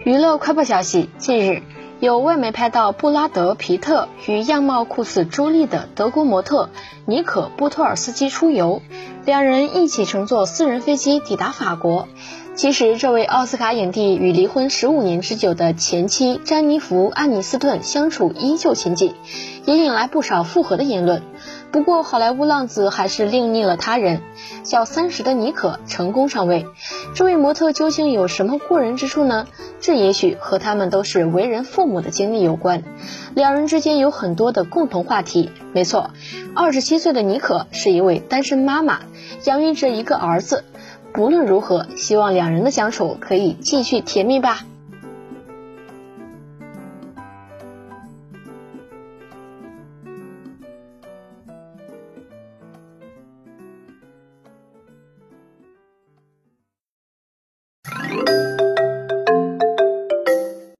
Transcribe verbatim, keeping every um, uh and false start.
娱乐快报消息，近日有外媒拍到布拉德·皮特与样貌酷似朱莉的德国模特妮可·布托尔斯基出游，两人一起乘坐私人飞机抵达法国。其实这位奥斯卡影帝与离婚十五年之久的前妻詹妮弗·安妮斯顿相处依旧亲近，也引来不少复合的言论。不过好莱坞浪子还是另觅了他人，小三十的妮可成功上位。这位模特究竟有什么过人之处呢？这也许和他们都是为人父母的经历有关，两人之间有很多的共同话题。没错，二十七岁的妮可是一位单身妈妈，养育着一个儿子。不论如何，希望两人的相处可以继续甜蜜吧。 you